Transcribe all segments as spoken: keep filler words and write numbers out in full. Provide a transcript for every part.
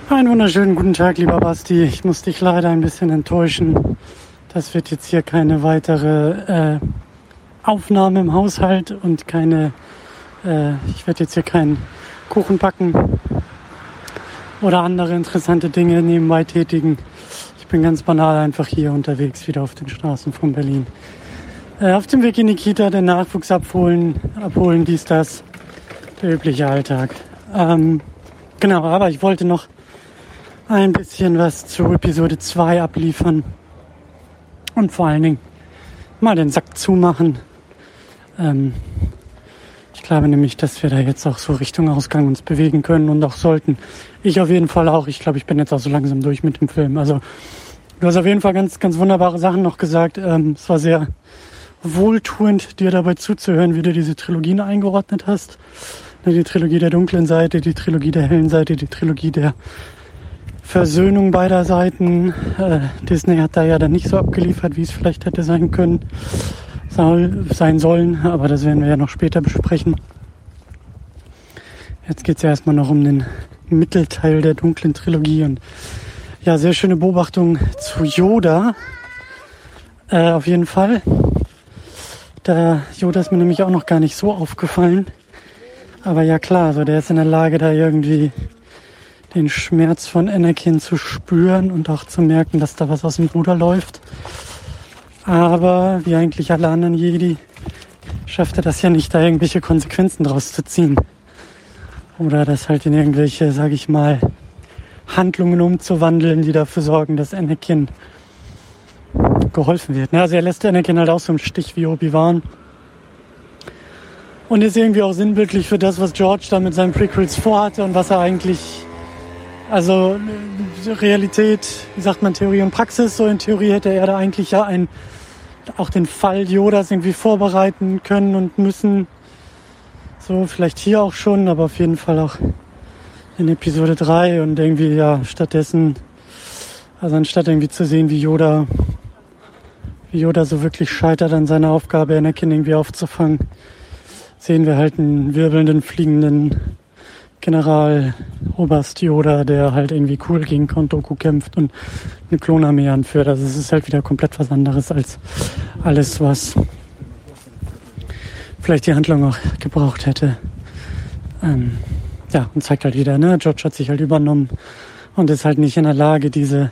Einen wunderschönen guten Tag, lieber Basti. Ich muss dich leider ein bisschen enttäuschen. Das wird jetzt hier keine weitere äh, Aufnahme im Haushalt und keine, äh, ich werde jetzt hier keinen Kuchen backen oder andere interessante Dinge nebenbei tätigen. Ich bin ganz banal einfach hier unterwegs, wieder auf den Straßen von Berlin. Äh, auf dem Weg in die Kita, den Nachwuchs abholen, abholen, dies, das. Der übliche Alltag. Ähm, genau, aber ich wollte noch ein bisschen was zu Episode zwei abliefern und vor allen Dingen mal den Sack zumachen. Ähm, ich glaube nämlich, dass wir da jetzt auch so Richtung Ausgang uns bewegen können und auch sollten. Ich auf jeden Fall auch. Ich glaube, ich bin jetzt auch so langsam durch mit dem Film. Also du hast auf jeden Fall ganz, ganz wunderbare Sachen noch gesagt. Ähm, es war sehr wohltuend, dir dabei zuzuhören, wie du diese Trilogien eingeordnet hast. Die Trilogie der dunklen Seite, die Trilogie der hellen Seite, die Trilogie der Versöhnung beider Seiten. Äh, Disney hat da ja dann nicht so abgeliefert, wie es vielleicht hätte sein können, soll, sein sollen, aber das werden wir ja noch später besprechen. Jetzt geht es ja erstmal noch um den Mittelteil der dunklen Trilogie und ja, sehr schöne Beobachtung zu Yoda. Äh, auf jeden Fall. Der Yoda ist mir nämlich auch noch gar nicht so aufgefallen. Aber ja klar, also der ist in der Lage, da irgendwie den Schmerz von Anakin zu spüren und auch zu merken, dass da was aus dem Ruder läuft. Aber wie eigentlich alle anderen Jedi schafft er das ja nicht, da irgendwelche Konsequenzen draus zu ziehen. Oder das halt in irgendwelche, sag ich mal, Handlungen umzuwandeln, die dafür sorgen, dass Anakin geholfen wird. Also er lässt Anakin halt auch so im Stich wie Obi-Wan. Und ist irgendwie auch sinnbildlich für das, was George da mit seinen Prequels vorhatte und was er eigentlich, also Realität, wie sagt man, Theorie und Praxis, so in Theorie hätte er da eigentlich ja ein, auch den Fall Yodas irgendwie vorbereiten können und müssen. So, vielleicht hier auch schon, aber auf jeden Fall auch in Episode drei und irgendwie, ja, stattdessen, also anstatt irgendwie zu sehen, wie Yoda, wie Yoda so wirklich scheitert an seiner Aufgabe, Anakin irgendwie aufzufangen, sehen wir halt einen wirbelnden, fliegenden General Oberst Yoda, der halt irgendwie cool gegen Count Dooku kämpft und eine Klonarmee anführt. Also es ist halt wieder komplett was anderes als alles, was vielleicht die Handlung auch gebraucht hätte. Ähm, ja, und zeigt halt wieder, ne, George hat sich halt übernommen und ist halt nicht in der Lage, diese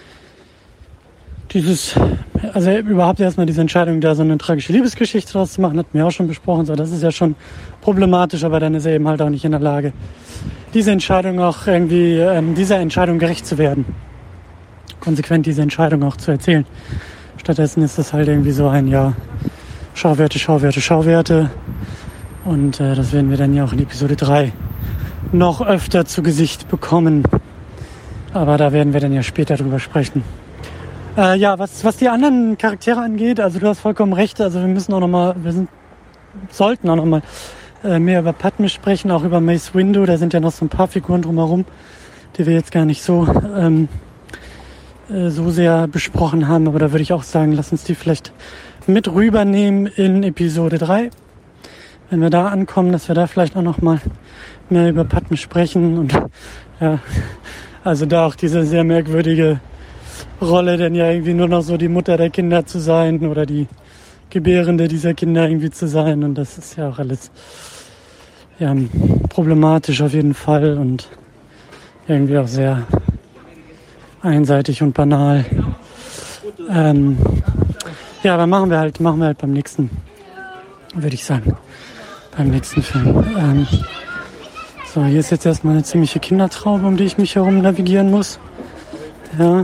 dieses, also überhaupt erstmal diese Entscheidung, da so eine tragische Liebesgeschichte draus zu machen, hatten wir auch schon besprochen, so, das ist ja schon problematisch, aber dann ist er eben halt auch nicht in der Lage, diese Entscheidung auch irgendwie, ähm, dieser Entscheidung gerecht zu werden. Konsequent diese Entscheidung auch zu erzählen. Stattdessen ist das halt irgendwie so ein, ja, Schauwerte, Schauwerte, Schauwerte. Und äh, das werden wir dann ja auch in Episode drei noch öfter zu Gesicht bekommen. Aber da werden wir dann ja später drüber sprechen. Äh, ja, was, was die anderen Charaktere angeht, also du hast vollkommen recht, also wir müssen auch nochmal, wir sind, sollten auch nochmal äh, mehr über Padme sprechen, auch über Mace Windu, da sind ja noch so ein paar Figuren drumherum, die wir jetzt gar nicht so, ähm, äh, so sehr besprochen haben, aber da würde ich auch sagen, lass uns die vielleicht mit rübernehmen in Episode drei, wenn wir da ankommen, dass wir da vielleicht auch nochmal mehr über Padme sprechen und ja, also da auch diese sehr merkwürdige Rolle, denn ja irgendwie nur noch so die Mutter der Kinder zu sein oder die Gebärende dieser Kinder irgendwie zu sein und das ist ja auch alles ja, problematisch auf jeden Fall und irgendwie auch sehr einseitig und banal. Ähm, ja, aber machen wir halt, machen wir halt beim nächsten, würde ich sagen, beim nächsten Film. Ähm, so, hier ist jetzt erstmal eine ziemliche Kindertraube, um die ich mich herum navigieren muss. Ja.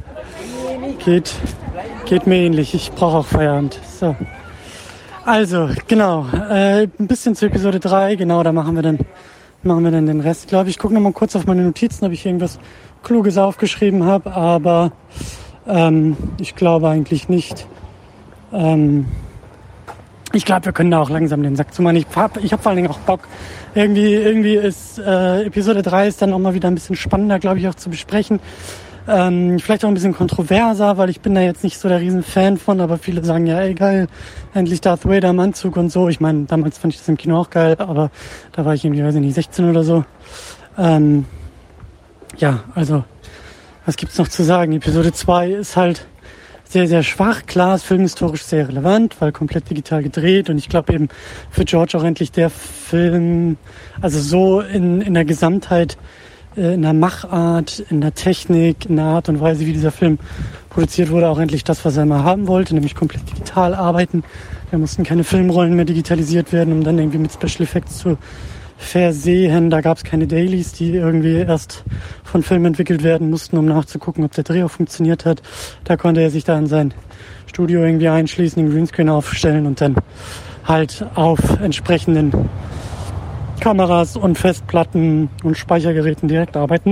Geht, geht mir ähnlich. Ich brauche auch Feierabend. So. Also, genau. Äh, ein bisschen zu Episode drei. Genau, da machen wir dann, machen wir dann den Rest. Ich glaube, ich gucke noch mal kurz auf meine Notizen, ob ich irgendwas Kluges aufgeschrieben habe. Aber ähm, ich glaube eigentlich nicht. Ähm, ich glaube, wir können da auch langsam den Sack zumachen. Ich habe ich hab vor allen Dingen auch Bock. Irgendwie, irgendwie ist äh, Episode drei ist dann auch mal wieder ein bisschen spannender, glaube ich, auch zu besprechen. Ähm, vielleicht auch ein bisschen kontroverser, weil ich bin da jetzt nicht so der Riesenfan von, aber viele sagen, ja, ey, geil, endlich Darth Vader im Anzug und so. Ich meine, damals fand ich das im Kino auch geil, aber da war ich irgendwie, weiß ich nicht, sechzehn oder so. Ähm, ja, also, was gibt's noch zu sagen? Episode zwei ist halt sehr, sehr schwach. Klar, ist filmhistorisch sehr relevant, weil komplett digital gedreht. Und ich glaube eben für George auch endlich der Film, also so in, in der Gesamtheit, äh, in der Machart, in der Technik, in der Art und Weise, wie dieser Film produziert wurde, auch endlich das, was er immer haben wollte, nämlich komplett digital arbeiten. Da mussten keine Filmrollen mehr digitalisiert werden, um dann irgendwie mit Special Effects zu versehen. Da gab es keine Dailies, die irgendwie erst von Filmen entwickelt werden mussten, um nachzugucken, ob der Dreh auch funktioniert hat. Da konnte er sich da in sein Studio irgendwie einschließen, den Greenscreen aufstellen und dann halt auf entsprechenden Kameras und Festplatten und Speichergeräten direkt arbeiten.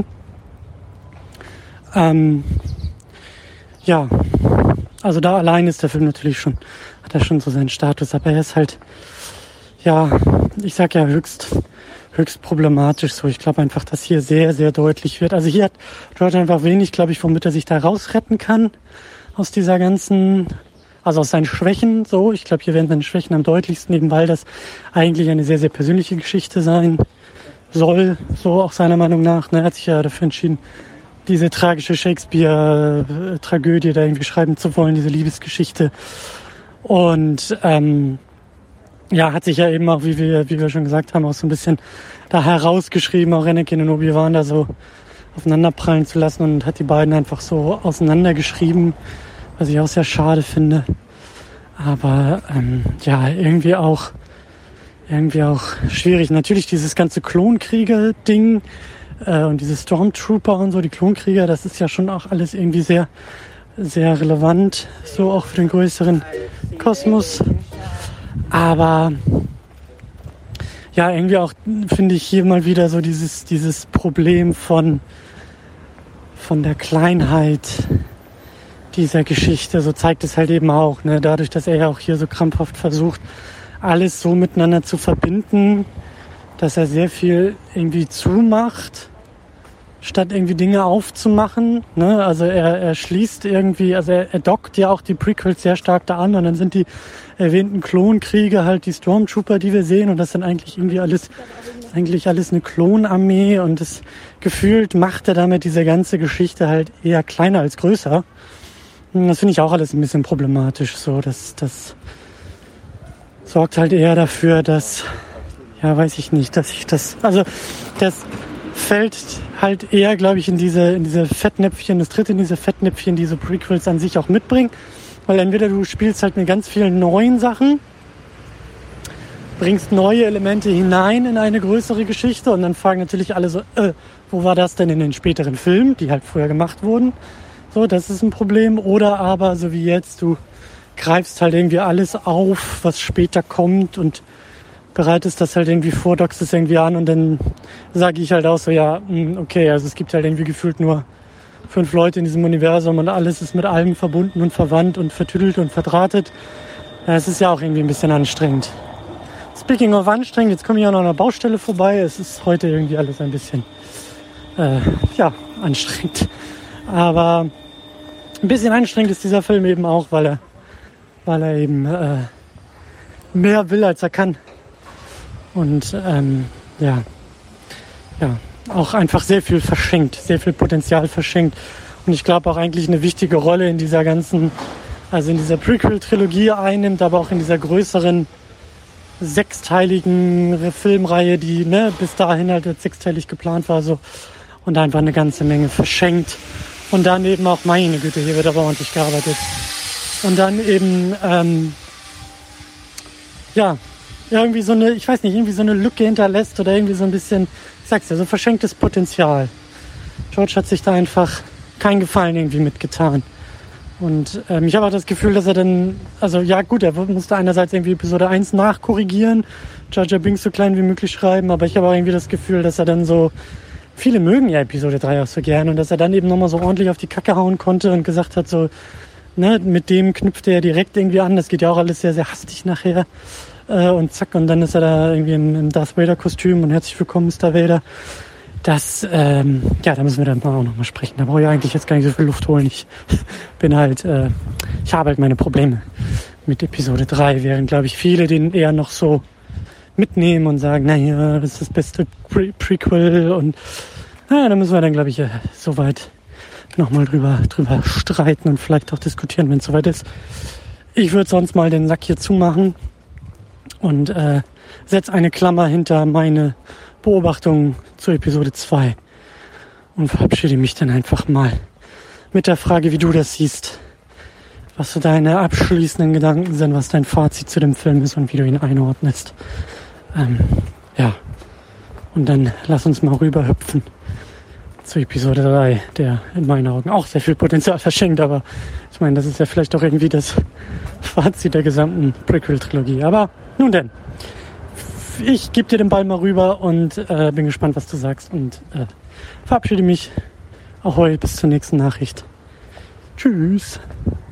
Ähm, ja, also da allein ist der Film natürlich schon, hat er schon so seinen Status, aber er ist halt, ja, ich sag ja höchst, höchst problematisch so. Ich glaube einfach, dass hier sehr, sehr deutlich wird. Also hier hat George einfach wenig, glaube ich, womit er sich da rausretten kann aus dieser ganzen, also aus seinen Schwächen so. Ich glaube, hier werden seine Schwächen am deutlichsten, eben weil das eigentlich eine sehr, sehr persönliche Geschichte sein soll, so auch seiner Meinung nach. Er hat sich ja dafür entschieden, diese tragische Shakespeare-Tragödie da irgendwie schreiben zu wollen, diese Liebesgeschichte. Und ähm, ja, hat sich ja eben auch, wie wir, wie wir schon gesagt haben, auch so ein bisschen da herausgeschrieben, auch Anakin und Obi-Wan da so aufeinanderprallen zu lassen und hat die beiden einfach so auseinandergeschrieben, was ich auch sehr schade finde. Aber ähm, ja, irgendwie auch irgendwie auch schwierig. Natürlich dieses ganze Klonkrieger-Ding äh, und diese Stormtrooper und so, die Klonkrieger, das ist ja schon auch alles irgendwie sehr, sehr relevant, so auch für den größeren Kosmos. Aber ja, irgendwie auch finde ich hier mal wieder so dieses, dieses Problem von, von der Kleinheit dieser Geschichte. So zeigt es halt eben auch, ne? Dadurch, dass er ja auch hier so krampfhaft versucht, alles so miteinander zu verbinden, dass er sehr viel irgendwie zumacht, statt irgendwie Dinge aufzumachen. Ne? Also er, er schließt irgendwie, also er, er dockt ja auch die Prequels sehr stark da an und dann sind die erwähnten Klonkriege halt die Stormtrooper, die wir sehen, und das sind eigentlich irgendwie alles, eigentlich alles eine Klonarmee, und das gefühlt macht er damit diese ganze Geschichte halt eher kleiner als größer. Und das finde ich auch alles ein bisschen problematisch, so, dass das sorgt halt eher dafür, dass, ja, weiß ich nicht, dass ich das, also das fällt halt eher, glaube ich, in diese, in diese Fettnäpfchen, das tritt in diese Fettnäpfchen, die so Prequels an sich auch mitbringen. Weil entweder du spielst halt mit ganz vielen neuen Sachen, bringst neue Elemente hinein in eine größere Geschichte, und dann fragen natürlich alle so, äh, wo war das denn in den späteren Filmen, die halt früher gemacht wurden? So, das ist ein Problem. Oder aber, so wie jetzt, du greifst halt irgendwie alles auf, was später kommt, und bereitest das halt irgendwie vor, dockst es irgendwie an, und dann sage ich halt auch so, ja, okay, also es gibt halt irgendwie gefühlt nur fünf Leute in diesem Universum und alles ist mit allem verbunden und verwandt und vertüdelt und verdrahtet. Es ist ja auch irgendwie ein bisschen anstrengend. Speaking of anstrengend, jetzt komme ich auch noch an einer Baustelle vorbei. Es ist heute irgendwie alles ein bisschen, äh, ja, anstrengend. Aber ein bisschen anstrengend ist dieser Film eben auch, weil er, weil er eben äh, mehr will, als er kann. Und ähm, ja, ja, auch einfach sehr viel verschenkt, sehr viel Potenzial verschenkt. Und ich glaube auch eigentlich eine wichtige Rolle in dieser ganzen, also in dieser Prequel-Trilogie einnimmt, aber auch in dieser größeren sechsteiligen Filmreihe, die ne, bis dahin halt jetzt sechsteilig geplant war, so, und einfach eine ganze Menge verschenkt. Und dann eben auch, meine Güte, hier wird aber ordentlich gearbeitet. Und dann eben, ähm, ja, irgendwie so eine, ich weiß nicht, irgendwie so eine Lücke hinterlässt oder irgendwie so ein bisschen, ich sag's ja, so verschenktes Potenzial. George hat sich da einfach keinen Gefallen irgendwie mitgetan. Und ähm, ich habe auch das Gefühl, dass er dann, also ja gut, er musste einerseits irgendwie Episode eins nachkorrigieren, Jar Jar Binks so klein wie möglich schreiben, aber ich habe auch irgendwie das Gefühl, dass er dann so, viele mögen ja Episode drei auch so gern, und dass er dann eben nochmal so ordentlich auf die Kacke hauen konnte und gesagt hat so, ne, mit dem knüpft er ja direkt irgendwie an, das geht ja auch alles sehr, sehr hastig nachher. Und zack, und dann ist er da irgendwie im, im Darth Vader-Kostüm und herzlich willkommen, Mister Vader. Das, ähm, ja, da müssen wir dann auch nochmal sprechen. Da brauche ich eigentlich jetzt gar nicht so viel Luft holen. Ich bin halt, äh, ich habe halt meine Probleme mit Episode drei, während, glaube ich, viele den eher noch so mitnehmen und sagen, naja, das ist das beste Pre- Prequel und Naja, da müssen wir dann, glaube ich, soweit nochmal drüber, drüber streiten und vielleicht auch diskutieren, wenn es soweit ist. Ich würde sonst mal den Sack hier zumachen und äh, setze eine Klammer hinter meine Beobachtungen zur Episode zwei und verabschiede mich dann einfach mal mit der Frage, wie du das siehst, was so deine abschließenden Gedanken sind, was dein Fazit zu dem Film ist und wie du ihn einordnest. Ähm, ja, und dann lass uns mal rüberhüpfen zu Episode drei, der in meinen Augen auch sehr viel Potenzial verschenkt, aber ich meine, das ist ja vielleicht auch irgendwie das Fazit der gesamten Prequel-Trilogie. Aber nun denn, ich gebe dir den Ball mal rüber und äh, bin gespannt, was du sagst und äh, verabschiede mich. Ahoi, bis zur nächsten Nachricht. Tschüss.